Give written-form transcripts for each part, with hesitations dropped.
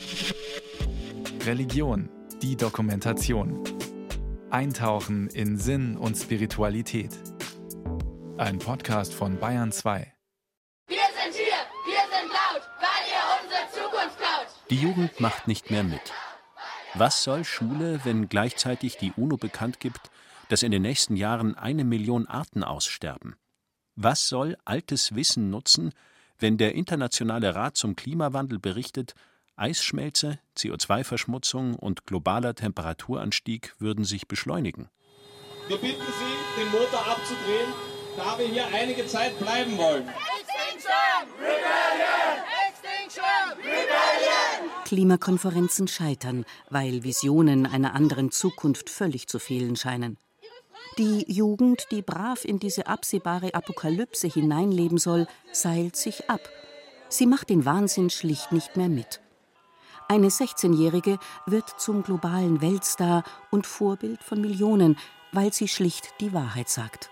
Religion, die Dokumentation. Eintauchen in Sinn und Spiritualität. Ein Podcast von Bayern 2. Wir sind hier, wir sind laut, weil ihr unsere Zukunft klaut. Die Jugend macht nicht mehr mit. Was soll Schule, wenn gleichzeitig die UNO bekannt gibt, dass in den nächsten Jahren 1 Million Arten aussterben? Was soll altes Wissen nutzen, wenn der Internationale Rat zum Klimawandel berichtet, Eisschmelze, CO2-Verschmutzung und globaler Temperaturanstieg würden sich beschleunigen? Wir bitten Sie, den Motor abzudrehen, da wir hier einige Zeit bleiben wollen. Extinction! Rebellion! Extinction! Rebellion! Klimakonferenzen scheitern, weil Visionen einer anderen Zukunft völlig zu fehlen scheinen. Die Jugend, die brav in diese absehbare Apokalypse hineinleben soll, seilt sich ab. Sie macht den Wahnsinn schlicht nicht mehr mit. Eine 16-Jährige wird zum globalen Weltstar und Vorbild von Millionen, weil sie schlicht die Wahrheit sagt.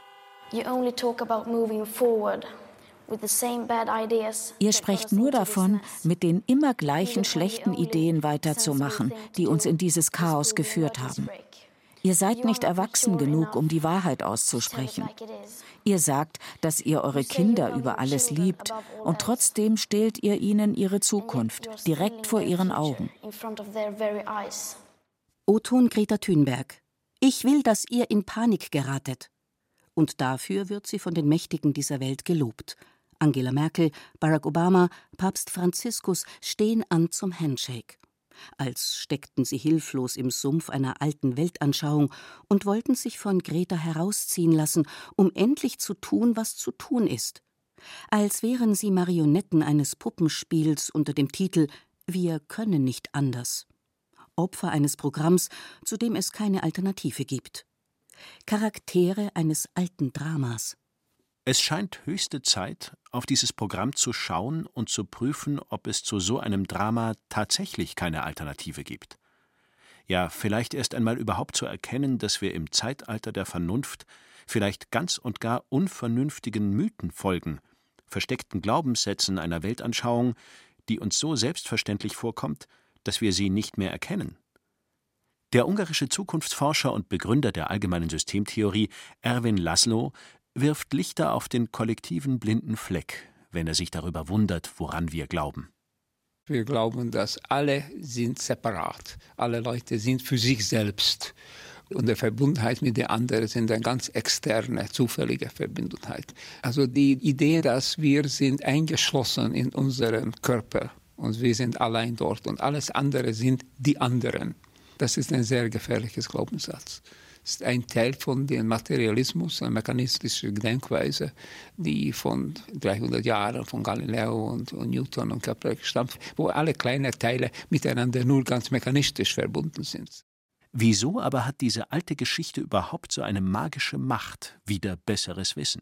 Ihr sprecht nur davon, mit den immer gleichen schlechten Ideen weiterzumachen, die uns in dieses Chaos geführt haben. Ihr seid nicht erwachsen genug, um die Wahrheit auszusprechen. Ihr sagt, dass ihr eure Kinder über alles liebt, und trotzdem stehlt ihr ihnen ihre Zukunft direkt vor ihren Augen. O-Ton Greta Thunberg. Ich will, dass ihr in Panik geratet. Und dafür wird sie von den Mächtigen dieser Welt gelobt. Angela Merkel, Barack Obama, Papst Franziskus stehen an zum Handshake. Als steckten sie hilflos im Sumpf einer alten Weltanschauung und wollten sich von Greta herausziehen lassen, um endlich zu tun, was zu tun ist. Als wären sie Marionetten eines Puppenspiels unter dem Titel »Wir können nicht anders«. Opfer eines Programms, zu dem es keine Alternative gibt. Charaktere eines alten Dramas. Es scheint höchste Zeit, auf dieses Programm zu schauen und zu prüfen, ob es zu so einem Drama tatsächlich keine Alternative gibt. Ja, vielleicht erst einmal überhaupt zu erkennen, dass wir im Zeitalter der Vernunft vielleicht ganz und gar unvernünftigen Mythen folgen, versteckten Glaubenssätzen einer Weltanschauung, die uns so selbstverständlich vorkommt, dass wir sie nicht mehr erkennen. Der ungarische Zukunftsforscher und Begründer der allgemeinen Systemtheorie, Ervin Laszlo, wirft Lichter auf den kollektiven blinden Fleck, wenn er sich darüber wundert, woran wir glauben. Wir glauben, dass alle sind separat. Alle Leute sind für sich selbst. Und die Verbundenheit mit den anderen sind eine ganz externe, zufällige Verbundenheit. Also die Idee, dass wir sind eingeschlossen in unserem Körper und wir sind allein dort und alles andere sind die anderen. Das ist ein sehr gefährliches Glaubenssatz. Es ist ein Teil von dem Materialismus, eine mechanistische Denkweise, die von 300 Jahren von Galileo und Newton und Kepler stammt, wo alle kleinen Teile miteinander nur ganz mechanistisch verbunden sind. Wieso aber hat diese alte Geschichte überhaupt so eine magische Macht, wider besseres Wissen?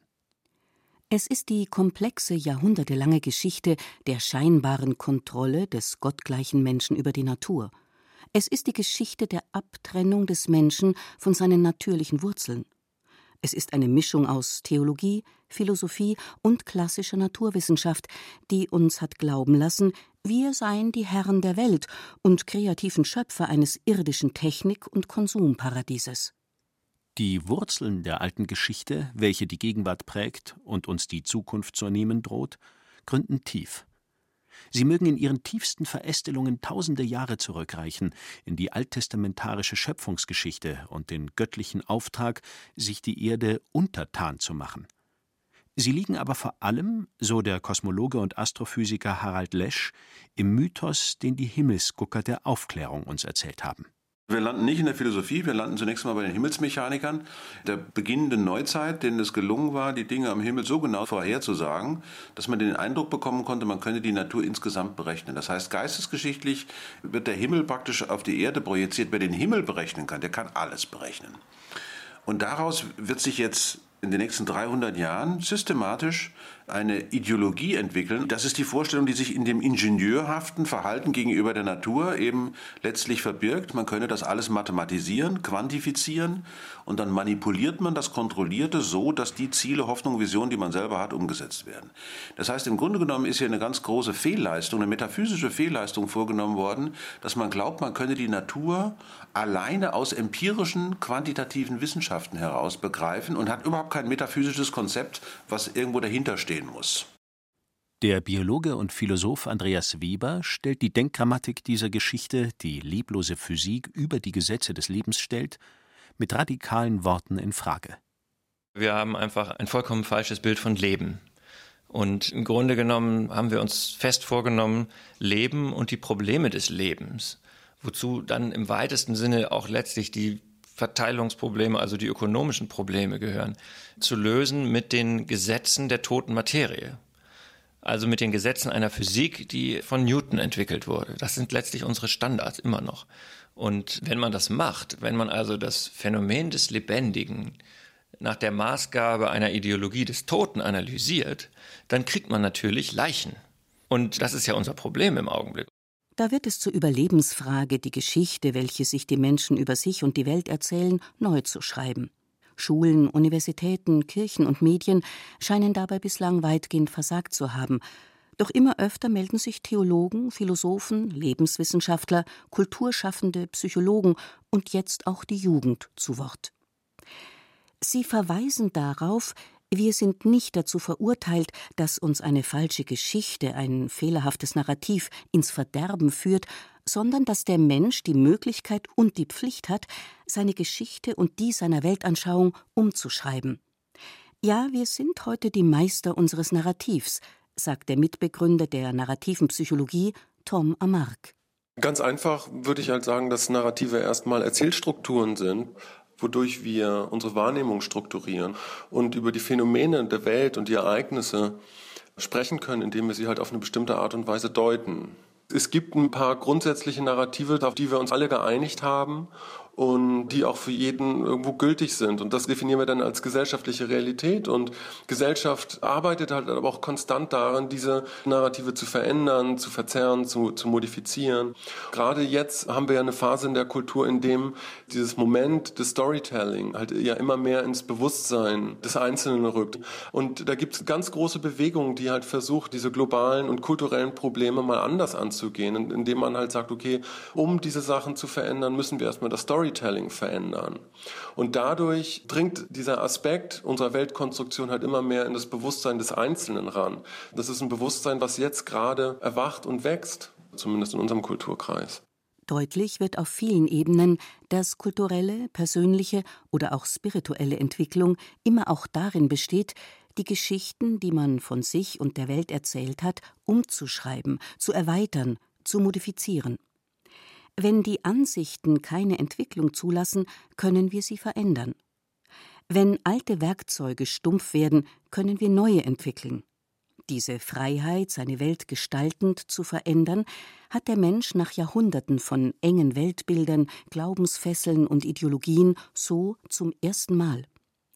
Es ist die komplexe, jahrhundertelange Geschichte der scheinbaren Kontrolle des gottgleichen Menschen über die Natur. Es ist die Geschichte der Abtrennung des Menschen von seinen natürlichen Wurzeln. Es ist eine Mischung aus Theologie, Philosophie und klassischer Naturwissenschaft, die uns hat glauben lassen, wir seien die Herren der Welt und kreativen Schöpfer eines irdischen Technik- und Konsumparadieses. Die Wurzeln der alten Geschichte, welche die Gegenwart prägt und uns die Zukunft zu nehmen droht, gründen tief. Sie mögen in ihren tiefsten Verästelungen tausende Jahre zurückreichen, in die alttestamentarische Schöpfungsgeschichte und den göttlichen Auftrag, sich die Erde untertan zu machen. Sie liegen aber vor allem, so der Kosmologe und Astrophysiker Harald Lesch, im Mythos, den die Himmelsgucker der Aufklärung uns erzählt haben. Wir landen nicht in der Philosophie, wir landen zunächst mal bei den Himmelsmechanikern der beginnenden Neuzeit, denen es gelungen war, die Dinge am Himmel so genau vorherzusagen, dass man den Eindruck bekommen konnte, man könne die Natur insgesamt berechnen. Das heißt, geistesgeschichtlich wird der Himmel praktisch auf die Erde projiziert. Wer den Himmel berechnen kann, der kann alles berechnen. Und daraus wird sich jetzt in den nächsten 300 Jahren systematisch eine Ideologie entwickeln. Das ist die Vorstellung, die sich in dem ingenieurhaften Verhalten gegenüber der Natur eben letztlich verbirgt. Man könne das alles mathematisieren, quantifizieren und dann manipuliert man das Kontrollierte so, dass die Ziele, Hoffnungen, Visionen, die man selber hat, umgesetzt werden. Das heißt, im Grunde genommen ist hier eine ganz große Fehlleistung, eine metaphysische Fehlleistung vorgenommen worden, dass man glaubt, man könne die Natur alleine aus empirischen, quantitativen Wissenschaften heraus begreifen und hat überhaupt kein metaphysisches Konzept, was irgendwo dahinter stehen muss. Der Biologe und Philosoph Andreas Weber stellt die Denkgrammatik dieser Geschichte, die leblose Physik über die Gesetze des Lebens stellt, mit radikalen Worten in Frage. Wir haben einfach ein vollkommen falsches Bild von Leben. Und im Grunde genommen haben wir uns fest vorgenommen, Leben und die Probleme des Lebens, wozu dann im weitesten Sinne auch letztlich die Verteilungsprobleme, also die ökonomischen Probleme gehören, zu lösen mit den Gesetzen der toten Materie. Also mit den Gesetzen einer Physik, die von Newton entwickelt wurde. Das sind letztlich unsere Standards immer noch. Und wenn man das macht, wenn man also das Phänomen des Lebendigen nach der Maßgabe einer Ideologie des Toten analysiert, dann kriegt man natürlich Leichen. Und das ist ja unser Problem im Augenblick. Da wird es zur Überlebensfrage, die Geschichte, welche sich die Menschen über sich und die Welt erzählen, neu zu schreiben. Schulen, Universitäten, Kirchen und Medien scheinen dabei bislang weitgehend versagt zu haben. Doch immer öfter melden sich Theologen, Philosophen, Lebenswissenschaftler, Kulturschaffende, Psychologen und jetzt auch die Jugend zu Wort. Sie verweisen darauf, wir sind nicht dazu verurteilt, dass uns eine falsche Geschichte, ein fehlerhaftes Narrativ ins Verderben führt, sondern dass der Mensch die Möglichkeit und die Pflicht hat, seine Geschichte und die seiner Weltanschauung umzuschreiben. Ja, wir sind heute die Meister unseres Narrativs, sagt der Mitbegründer der narrativen Psychologie, Tom Amark. Ganz einfach würde ich halt sagen, dass Narrative erstmal Erzählstrukturen sind, wodurch wir unsere Wahrnehmung strukturieren und über die Phänomene der Welt und die Ereignisse sprechen können, indem wir sie halt auf eine bestimmte Art und Weise deuten. Es gibt ein paar grundsätzliche Narrative, auf die wir uns alle geeinigt haben und die auch für jeden irgendwo gültig sind. Und das definieren wir dann als gesellschaftliche Realität. Und Gesellschaft arbeitet halt aber auch konstant daran, diese Narrative zu verändern, zu verzerren, zu modifizieren. Gerade jetzt haben wir ja eine Phase in der Kultur, in dem dieses Moment des Storytelling halt ja immer mehr ins Bewusstsein des Einzelnen rückt. Und da gibt es ganz große Bewegungen, die halt versucht, diese globalen und kulturellen Probleme mal anders anzugehen, indem man halt sagt, okay, um diese Sachen zu verändern, müssen wir erstmal das Storytelling verändern. Und dadurch dringt dieser Aspekt unserer Weltkonstruktion halt immer mehr in das Bewusstsein des Einzelnen ran. Das ist ein Bewusstsein, was jetzt gerade erwacht und wächst, zumindest in unserem Kulturkreis. Deutlich wird auf vielen Ebenen, dass kulturelle, persönliche oder auch spirituelle Entwicklung immer auch darin besteht, die Geschichten, die man von sich und der Welt erzählt hat, umzuschreiben, zu erweitern, zu modifizieren. Wenn die Ansichten keine Entwicklung zulassen, können wir sie verändern. Wenn alte Werkzeuge stumpf werden, können wir neue entwickeln. Diese Freiheit, seine Welt gestaltend zu verändern, hat der Mensch nach Jahrhunderten von engen Weltbildern, Glaubensfesseln und Ideologien so zum ersten Mal.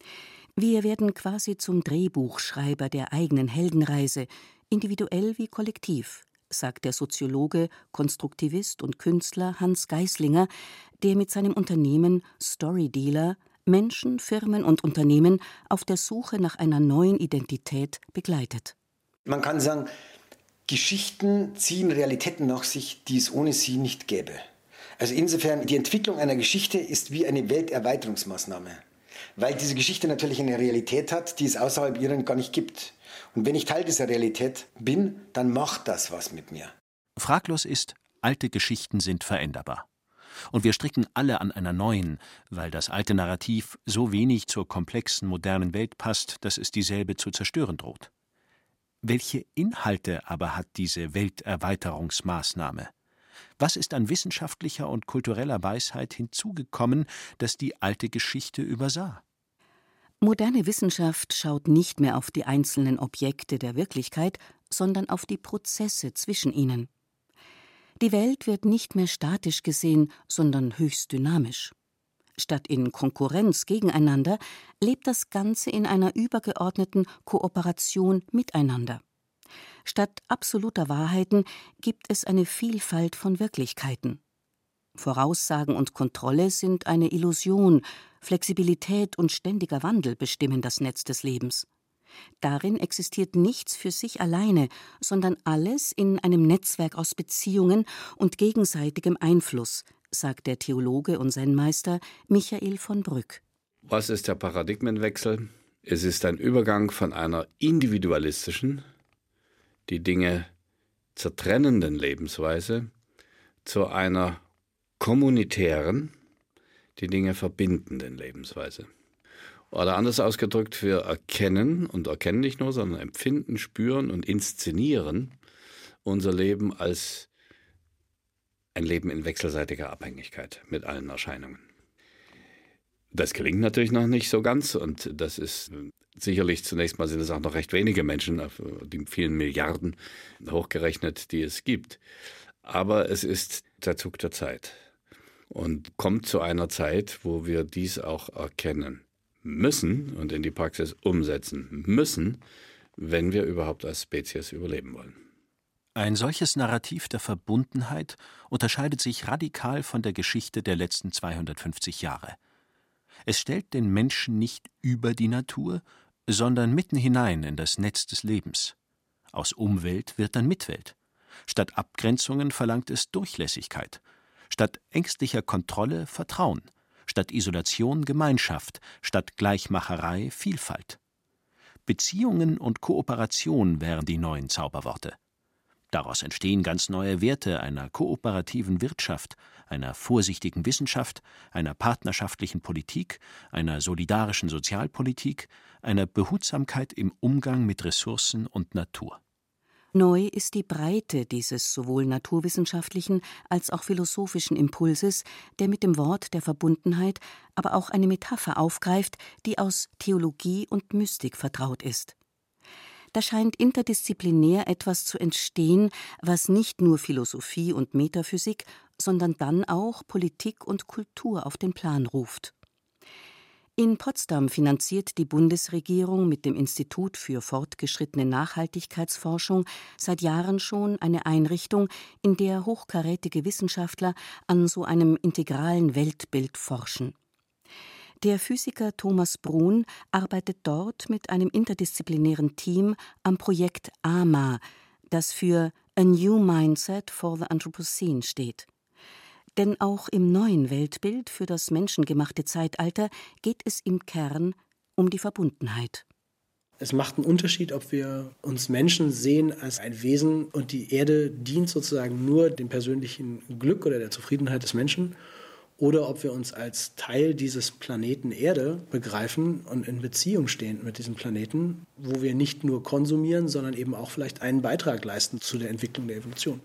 Wir werden quasi zum Drehbuchschreiber der eigenen Heldenreise, individuell wie kollektiv, sagt der Soziologe, Konstruktivist und Künstler Hans Geislinger, der mit seinem Unternehmen Storydealer Menschen, Firmen und Unternehmen auf der Suche nach einer neuen Identität begleitet. Man kann sagen, Geschichten ziehen Realitäten nach sich, die es ohne sie nicht gäbe. Also insofern, die Entwicklung einer Geschichte ist wie eine Welterweiterungsmaßnahme, weil diese Geschichte natürlich eine Realität hat, die es außerhalb ihrer gar nicht gibt. Und wenn ich Teil dieser Realität bin, dann macht das was mit mir. Fraglos ist, alte Geschichten sind veränderbar. Und wir stricken alle an einer neuen, weil das alte Narrativ so wenig zur komplexen modernen Welt passt, dass es dieselbe zu zerstören droht. Welche Inhalte aber hat diese Welterweiterungsmaßnahme? Was ist an wissenschaftlicher und kultureller Weisheit hinzugekommen, das die alte Geschichte übersah? Moderne Wissenschaft schaut nicht mehr auf die einzelnen Objekte der Wirklichkeit, sondern auf die Prozesse zwischen ihnen. Die Welt wird nicht mehr statisch gesehen, sondern höchst dynamisch. Statt in Konkurrenz gegeneinander lebt das Ganze in einer übergeordneten Kooperation miteinander. Statt absoluter Wahrheiten gibt es eine Vielfalt von Wirklichkeiten. Voraussagen und Kontrolle sind eine Illusion, Flexibilität und ständiger Wandel bestimmen das Netz des Lebens. Darin existiert nichts für sich alleine, sondern alles in einem Netzwerk aus Beziehungen und gegenseitigem Einfluss, sagt der Theologe und Zen-Meister Michael von Brück. Was ist der Paradigmenwechsel? Es ist ein Übergang von einer individualistischen, die Dinge zertrennenden Lebensweise zu einer kommunitären, die Dinge verbindenden Lebensweise. Oder anders ausgedrückt, wir erkennen nicht nur, sondern empfinden, spüren und inszenieren unser Leben als ein Leben in wechselseitiger Abhängigkeit mit allen Erscheinungen. Das gelingt natürlich noch nicht so ganz und das ist sicherlich, zunächst mal sind es auch noch recht wenige Menschen, auf die vielen Milliarden hochgerechnet, die es gibt. Aber es ist der Zug der Zeit und kommt zu einer Zeit, wo wir dies auch erkennen müssen und in die Praxis umsetzen müssen, wenn wir überhaupt als Spezies überleben wollen. Ein solches Narrativ der Verbundenheit unterscheidet sich radikal von der Geschichte der letzten 250 Jahre. Es stellt den Menschen nicht über die Natur, sondern mitten hinein in das Netz des Lebens. Aus Umwelt wird dann Mitwelt. Statt Abgrenzungen verlangt es Durchlässigkeit. Statt ängstlicher Kontrolle Vertrauen. Statt Isolation Gemeinschaft. Statt Gleichmacherei Vielfalt. Beziehungen und Kooperation wären die neuen Zauberworte. Daraus entstehen ganz neue Werte einer kooperativen Wirtschaft, einer vorsichtigen Wissenschaft, einer partnerschaftlichen Politik, einer solidarischen Sozialpolitik, einer Behutsamkeit im Umgang mit Ressourcen und Natur. Neu ist die Breite dieses sowohl naturwissenschaftlichen als auch philosophischen Impulses, der mit dem Wort der Verbundenheit aber auch eine Metapher aufgreift, die aus Theologie und Mystik vertraut ist. Da scheint interdisziplinär etwas zu entstehen, was nicht nur Philosophie und Metaphysik, sondern dann auch Politik und Kultur auf den Plan ruft. In Potsdam finanziert die Bundesregierung mit dem Institut für fortgeschrittene Nachhaltigkeitsforschung seit Jahren schon eine Einrichtung, in der hochkarätige Wissenschaftler an so einem integralen Weltbild forschen. Der Physiker Thomas Bruhn arbeitet dort mit einem interdisziplinären Team am Projekt AMA, das für A New Mindset for the Anthropocene steht. Denn auch im neuen Weltbild für das menschengemachte Zeitalter geht es im Kern um die Verbundenheit. Es macht einen Unterschied, ob wir uns Menschen sehen als ein Wesen und die Erde dient sozusagen nur dem persönlichen Glück oder der Zufriedenheit des Menschen, oder ob wir uns als Teil dieses Planeten Erde begreifen und in Beziehung stehen mit diesem Planeten, wo wir nicht nur konsumieren, sondern eben auch vielleicht einen Beitrag leisten zu der Entwicklung der Evolution.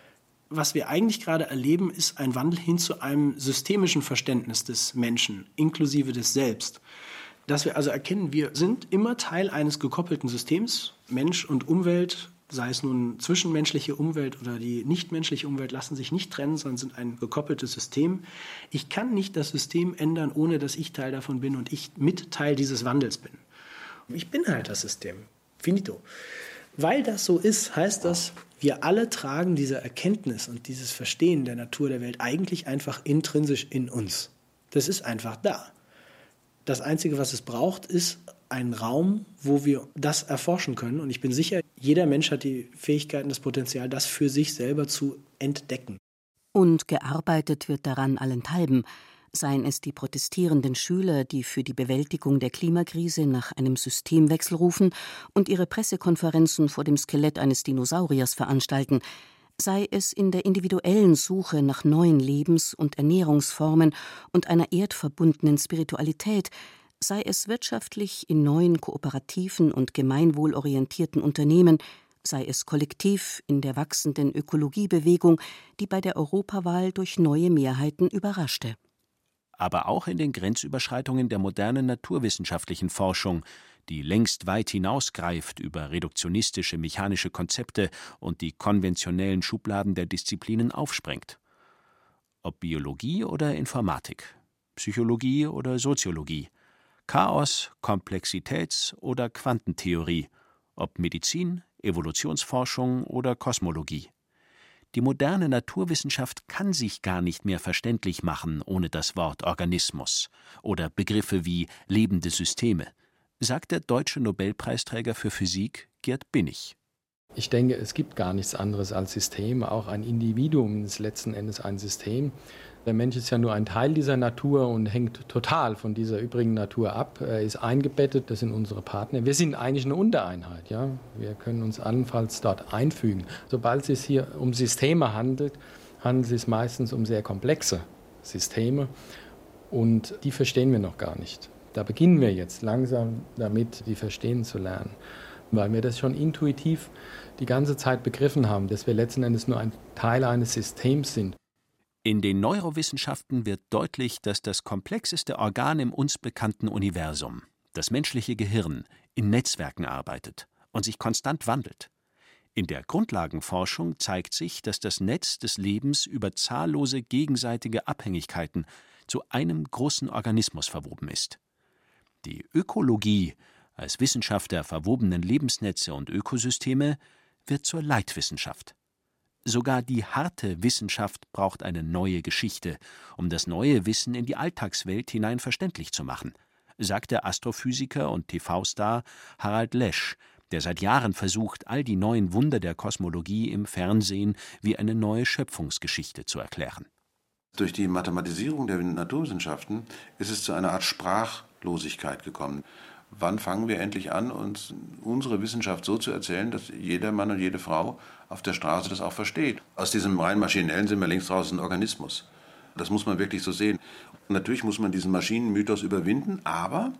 Was wir eigentlich gerade erleben, ist ein Wandel hin zu einem systemischen Verständnis des Menschen, inklusive des Selbst. Dass wir also erkennen, wir sind immer Teil eines gekoppelten Systems, Mensch und Umwelt, sei es nun zwischenmenschliche Umwelt oder die nichtmenschliche Umwelt, lassen sich nicht trennen, sondern sind ein gekoppeltes System. Ich kann nicht das System ändern, ohne dass ich Teil davon bin und ich mit Teil dieses Wandels bin. Ich bin halt das System. Finito. Weil das so ist, heißt das, wir alle tragen diese Erkenntnis und dieses Verstehen der Natur der Welt eigentlich einfach intrinsisch in uns. Das ist einfach da. Das Einzige, was es braucht, ist ein Raum, wo wir das erforschen können. Und ich bin sicher, jeder Mensch hat die Fähigkeit und das Potenzial, das für sich selber zu entdecken. Und gearbeitet wird daran allenthalben, seien es die protestierenden Schüler, die für die Bewältigung der Klimakrise nach einem Systemwechsel rufen und ihre Pressekonferenzen vor dem Skelett eines Dinosauriers veranstalten, sei es in der individuellen Suche nach neuen Lebens- und Ernährungsformen und einer erdverbundenen Spiritualität, sei es wirtschaftlich in neuen kooperativen und gemeinwohlorientierten Unternehmen, sei es kollektiv in der wachsenden Ökologiebewegung, die bei der Europawahl durch neue Mehrheiten überraschte. Aber auch in den Grenzüberschreitungen der modernen naturwissenschaftlichen Forschung, die längst weit hinausgreift über reduktionistische mechanische Konzepte und die konventionellen Schubladen der Disziplinen aufsprengt. Ob Biologie oder Informatik, Psychologie oder Soziologie, Chaos, Komplexitäts- oder Quantentheorie, ob Medizin, Evolutionsforschung oder Kosmologie. Die moderne Naturwissenschaft kann sich gar nicht mehr verständlich machen ohne das Wort Organismus oder Begriffe wie lebende Systeme, sagt der deutsche Nobelpreisträger für Physik Gerd Binnig. Ich denke, es gibt gar nichts anderes als Systeme. Auch ein Individuum ist letzten Endes ein System. Der Mensch ist ja nur ein Teil dieser Natur und hängt total von dieser übrigen Natur ab. Er ist eingebettet, das sind unsere Partner. Wir sind eigentlich eine Untereinheit. Ja? Wir können uns allenfalls dort einfügen. Sobald es sich hier um Systeme handelt, handelt es sich meistens um sehr komplexe Systeme. Und die verstehen wir noch gar nicht. Da beginnen wir jetzt langsam damit, die verstehen zu lernen. Weil wir das schon intuitiv die ganze Zeit begriffen haben, dass wir letzten Endes nur ein Teil eines Systems sind. In den Neurowissenschaften wird deutlich, dass das komplexeste Organ im uns bekannten Universum, das menschliche Gehirn, in Netzwerken arbeitet und sich konstant wandelt. In der Grundlagenforschung zeigt sich, dass das Netz des Lebens über zahllose gegenseitige Abhängigkeiten zu einem großen Organismus verwoben ist. Die Ökologie als Wissenschaft der verwobenen Lebensnetze und Ökosysteme wird zur Leitwissenschaft. Sogar die harte Wissenschaft braucht eine neue Geschichte, um das neue Wissen in die Alltagswelt hinein verständlich zu machen, sagt der Astrophysiker und TV-Star Harald Lesch, der seit Jahren versucht, all die neuen Wunder der Kosmologie im Fernsehen wie eine neue Schöpfungsgeschichte zu erklären. Durch die Mathematisierung der Naturwissenschaften ist es zu einer Art Sprachlosigkeit gekommen. Wann fangen wir endlich an, uns unsere Wissenschaft so zu erzählen, dass jeder Mann und jede Frau auf der Straße das auch versteht? Aus diesem rein maschinellen sind wir längst raus ein Organismus. Das muss man wirklich so sehen. Und natürlich muss man diesen Maschinenmythos überwinden, aber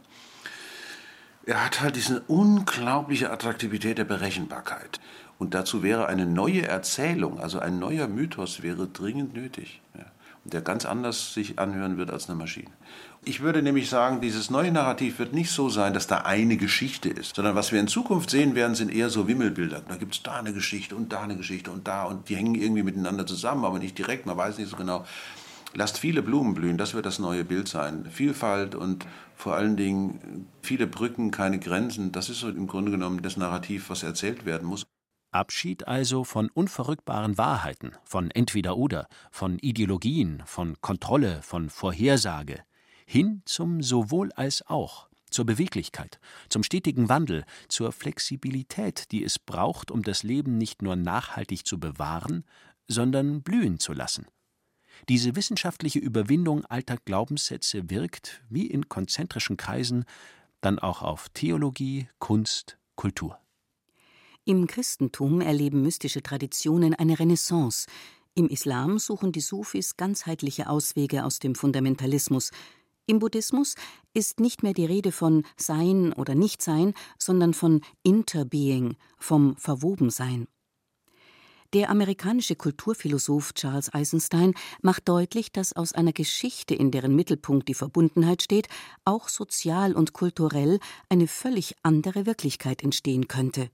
er hat halt diese unglaubliche Attraktivität der Berechenbarkeit. Und dazu wäre eine neue Erzählung, also ein neuer Mythos wäre dringend nötig. Ja. Der ganz anders sich anhören wird als eine Maschine. Ich würde nämlich sagen, dieses neue Narrativ wird nicht so sein, dass da eine Geschichte ist, sondern was wir in Zukunft sehen werden, sind eher so Wimmelbilder. Da gibt es da eine Geschichte und da eine Geschichte und da und die hängen irgendwie miteinander zusammen, aber nicht direkt, man weiß nicht so genau. Lasst viele Blumen blühen, das wird das neue Bild sein. Vielfalt und vor allen Dingen viele Brücken, keine Grenzen, das ist so im Grunde genommen das Narrativ, was erzählt werden muss. Abschied also von unverrückbaren Wahrheiten, von Entweder-Oder, von Ideologien, von Kontrolle, von Vorhersage, hin zum Sowohl als auch, zur Beweglichkeit, zum stetigen Wandel, zur Flexibilität, die es braucht, um das Leben nicht nur nachhaltig zu bewahren, sondern blühen zu lassen. Diese wissenschaftliche Überwindung alter Glaubenssätze wirkt, wie in konzentrischen Kreisen, dann auch auf Theologie, Kunst, Kultur. Im Christentum erleben mystische Traditionen eine Renaissance. Im Islam suchen die Sufis ganzheitliche Auswege aus dem Fundamentalismus. Im Buddhismus ist nicht mehr die Rede von Sein oder Nichtsein, sondern von Interbeing, vom Verwobensein. Der amerikanische Kulturphilosoph Charles Eisenstein macht deutlich, dass aus einer Geschichte, in deren Mittelpunkt die Verbundenheit steht, auch sozial und kulturell eine völlig andere Wirklichkeit entstehen könnte.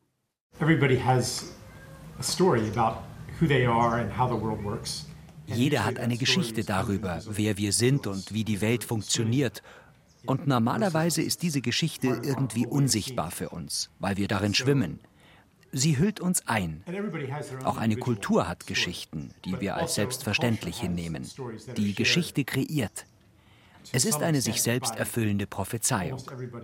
Jeder hat eine Geschichte darüber, wer wir sind und wie die Welt funktioniert. Und normalerweise ist diese Geschichte irgendwie unsichtbar für uns, weil wir darin schwimmen. Sie hüllt uns ein. Auch eine Kultur hat Geschichten, die wir als selbstverständlich hinnehmen. Die Geschichte kreiert. Es ist eine sich selbst erfüllende Prophezeiung.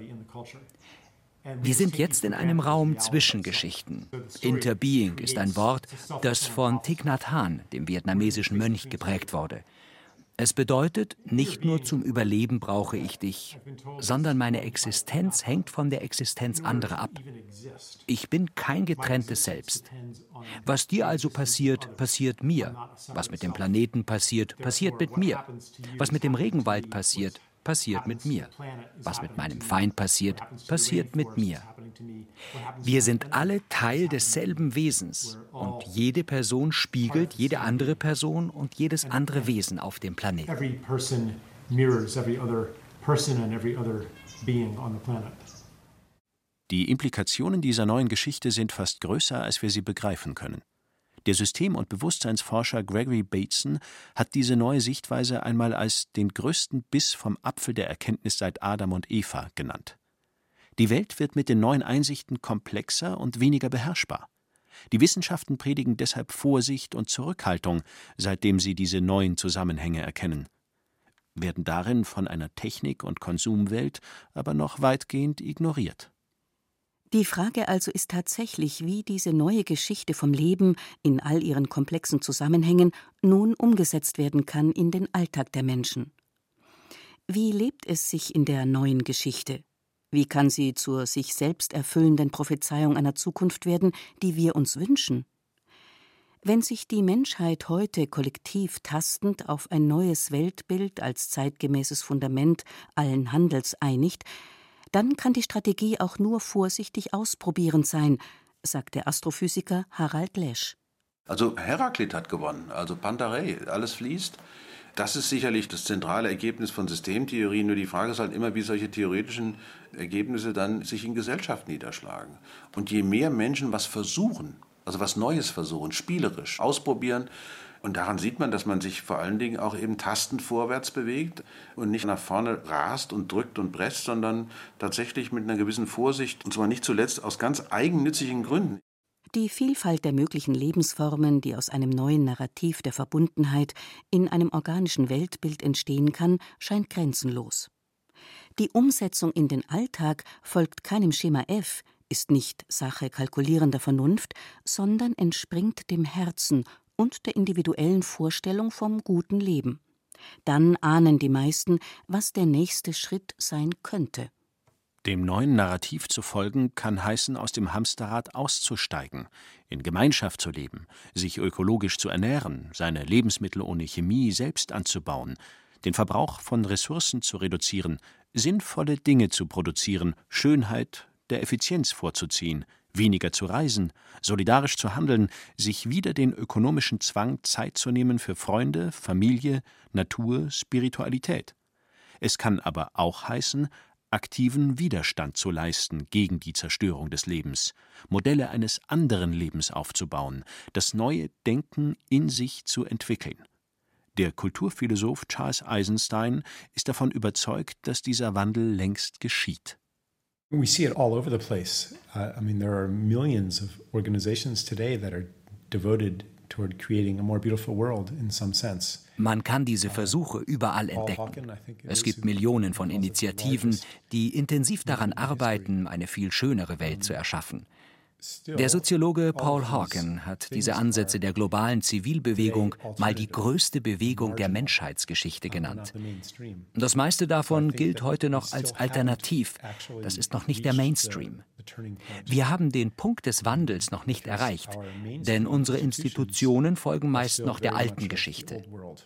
Wir sind jetzt in einem Raum zwischen Geschichten. Interbeing ist ein Wort, das von Thich Nhat Hanh, dem vietnamesischen Mönch, geprägt wurde. Es bedeutet, nicht nur zum Überleben brauche ich dich, sondern meine Existenz hängt von der Existenz anderer ab. Ich bin kein getrenntes Selbst. Was dir also passiert, passiert mir. Was mit dem Planeten passiert, passiert mit mir. Was mit dem Regenwald passiert, passiert mit mir. Was mit meinem Feind passiert, passiert mit mir. Wir sind alle Teil desselben Wesens und jede Person spiegelt jede andere Person und jedes andere Wesen auf dem Planeten. Die Implikationen dieser neuen Geschichte sind fast größer, als wir sie begreifen können. Der System- und Bewusstseinsforscher Gregory Bateson hat diese neue Sichtweise einmal als den größten Biss vom Apfel der Erkenntnis seit Adam und Eva genannt. Die Welt wird mit den neuen Einsichten komplexer und weniger beherrschbar. Die Wissenschaften predigen deshalb Vorsicht und Zurückhaltung, seitdem sie diese neuen Zusammenhänge erkennen, werden darin von einer Technik- und Konsumwelt aber noch weitgehend ignoriert. Die Frage also ist tatsächlich, wie diese neue Geschichte vom Leben in all ihren komplexen Zusammenhängen nun umgesetzt werden kann in den Alltag der Menschen. Wie lebt es sich in der neuen Geschichte? Wie kann sie zur sich selbst erfüllenden Prophezeiung einer Zukunft werden, die wir uns wünschen? Wenn sich die Menschheit heute kollektiv tastend auf ein neues Weltbild als zeitgemäßes Fundament allen Handels einigt, dann kann die Strategie auch nur vorsichtig ausprobierend sein, sagt der Astrophysiker Harald Lesch. Also Heraklit hat gewonnen, also Pantarei, alles fließt. Das ist sicherlich das zentrale Ergebnis von Systemtheorie. Nur die Frage ist halt immer, wie solche theoretischen Ergebnisse dann sich in Gesellschaft niederschlagen. Und je mehr Menschen was versuchen, also was Neues versuchen, spielerisch ausprobieren, und daran sieht man, dass man sich vor allen Dingen auch eben tastend vorwärts bewegt und nicht nach vorne rast und drückt und presst, sondern tatsächlich mit einer gewissen Vorsicht, und zwar nicht zuletzt aus ganz eigennützigen Gründen. Die Vielfalt der möglichen Lebensformen, die aus einem neuen Narrativ der Verbundenheit in einem organischen Weltbild entstehen kann, scheint grenzenlos. Die Umsetzung in den Alltag folgt keinem Schema F, ist nicht Sache kalkulierender Vernunft, sondern entspringt dem Herzen und der individuellen Vorstellung vom guten Leben. Dann ahnen die meisten, was der nächste Schritt sein könnte. Dem neuen Narrativ zu folgen, kann heißen, aus dem Hamsterrad auszusteigen, in Gemeinschaft zu leben, sich ökologisch zu ernähren, seine Lebensmittel ohne Chemie selbst anzubauen, den Verbrauch von Ressourcen zu reduzieren, sinnvolle Dinge zu produzieren, Schönheit der Effizienz vorzuziehen, weniger zu reisen, solidarisch zu handeln, sich wider den ökonomischen Zwang Zeit zu nehmen für Freunde, Familie, Natur, Spiritualität. Es kann aber auch heißen, aktiven Widerstand zu leisten gegen die Zerstörung des Lebens, Modelle eines anderen Lebens aufzubauen, das neue Denken in sich zu entwickeln. Der Kulturphilosoph Charles Eisenstein ist davon überzeugt, dass dieser Wandel längst geschieht. We see it all over the place. There are millions of organizations today that are devoted toward creating a more beautiful world in some sense. Man kann diese Versuche überall entdecken. Es gibt Millionen von Initiativen, die intensiv daran arbeiten, eine viel schönere Welt zu erschaffen. Der Soziologe Paul Hawken hat diese Ansätze der globalen Zivilbewegung mal die größte Bewegung der Menschheitsgeschichte genannt. Das meiste davon gilt heute noch als alternativ. Das ist noch nicht der Mainstream. Wir haben den Punkt des Wandels noch nicht erreicht, denn unsere Institutionen folgen meist noch der alten Geschichte.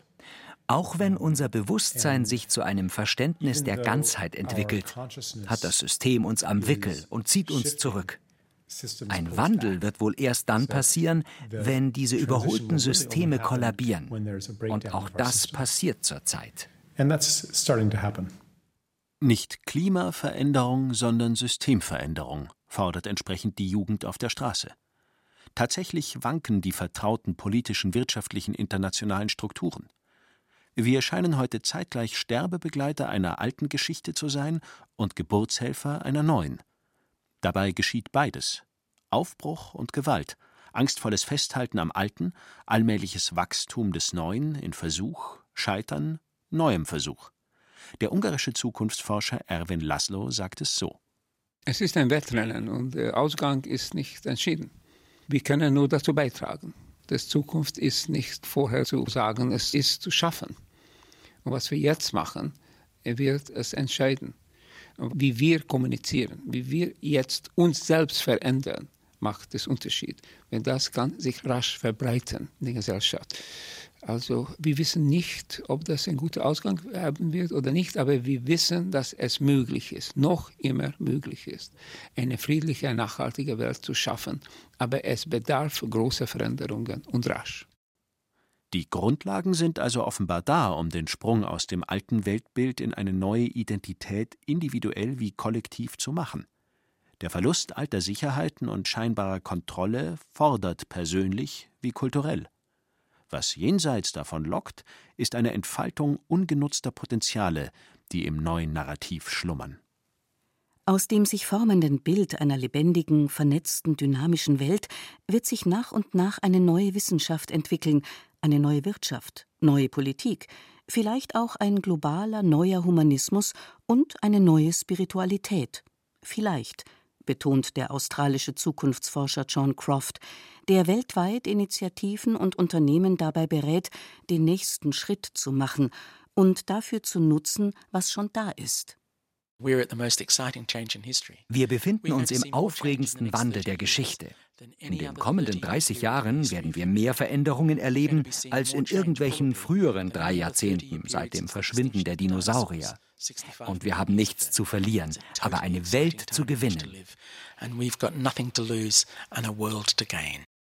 Auch wenn unser Bewusstsein sich zu einem Verständnis der Ganzheit entwickelt, hat das System uns am Wickel und zieht uns zurück. Ein Wandel wird wohl erst dann passieren, wenn diese überholten Systeme kollabieren. Und auch das passiert zurzeit. Nicht Klimaveränderung, sondern Systemveränderung, fordert entsprechend die Jugend auf der Straße. Tatsächlich wanken die vertrauten politischen, wirtschaftlichen, internationalen Strukturen. Wir scheinen heute zeitgleich Sterbebegleiter einer alten Geschichte zu sein und Geburtshelfer einer neuen. Dabei geschieht beides: Aufbruch und Gewalt, angstvolles Festhalten am Alten, allmähliches Wachstum des Neuen in Versuch, Scheitern, neuem Versuch. Der ungarische Zukunftsforscher Erwin Laszlo sagt es so: Es ist ein Wettrennen und der Ausgang ist nicht entschieden. Wir können nur dazu beitragen. Die Zukunft ist nicht vorher zu sagen, es ist zu schaffen. Und was wir jetzt machen, wird es entscheiden. Wie wir kommunizieren, wie wir jetzt uns selbst verändern, macht es Unterschied. Wenn das kann sich rasch verbreiten in der Gesellschaft. Also wir wissen nicht, ob das einen guten Ausgang haben wird oder nicht, aber wir wissen, dass es möglich ist, noch immer möglich ist, eine friedliche, nachhaltige Welt zu schaffen. Aber es bedarf großer Veränderungen und rasch. Die Grundlagen sind also offenbar da, um den Sprung aus dem alten Weltbild in eine neue Identität individuell wie kollektiv zu machen. Der Verlust alter Sicherheiten und scheinbarer Kontrolle fordert persönlich wie kulturell. Was jenseits davon lockt, ist eine Entfaltung ungenutzter Potenziale, die im neuen Narrativ schlummern. Aus dem sich formenden Bild einer lebendigen, vernetzten, dynamischen Welt wird sich nach und nach eine neue Wissenschaft entwickeln, eine neue Wirtschaft, neue Politik, vielleicht auch ein globaler, neuer Humanismus und eine neue Spiritualität. Vielleicht, betont der australische Zukunftsforscher John Croft, der weltweit Initiativen und Unternehmen dabei berät, den nächsten Schritt zu machen und dafür zu nutzen, was schon da ist. Wir befinden uns im aufregendsten Wandel der Geschichte. In den kommenden 30 Jahren werden wir mehr Veränderungen erleben als in irgendwelchen früheren 3 Jahrzehnten seit dem Verschwinden der Dinosaurier. Und wir haben nichts zu verlieren, aber eine Welt zu gewinnen.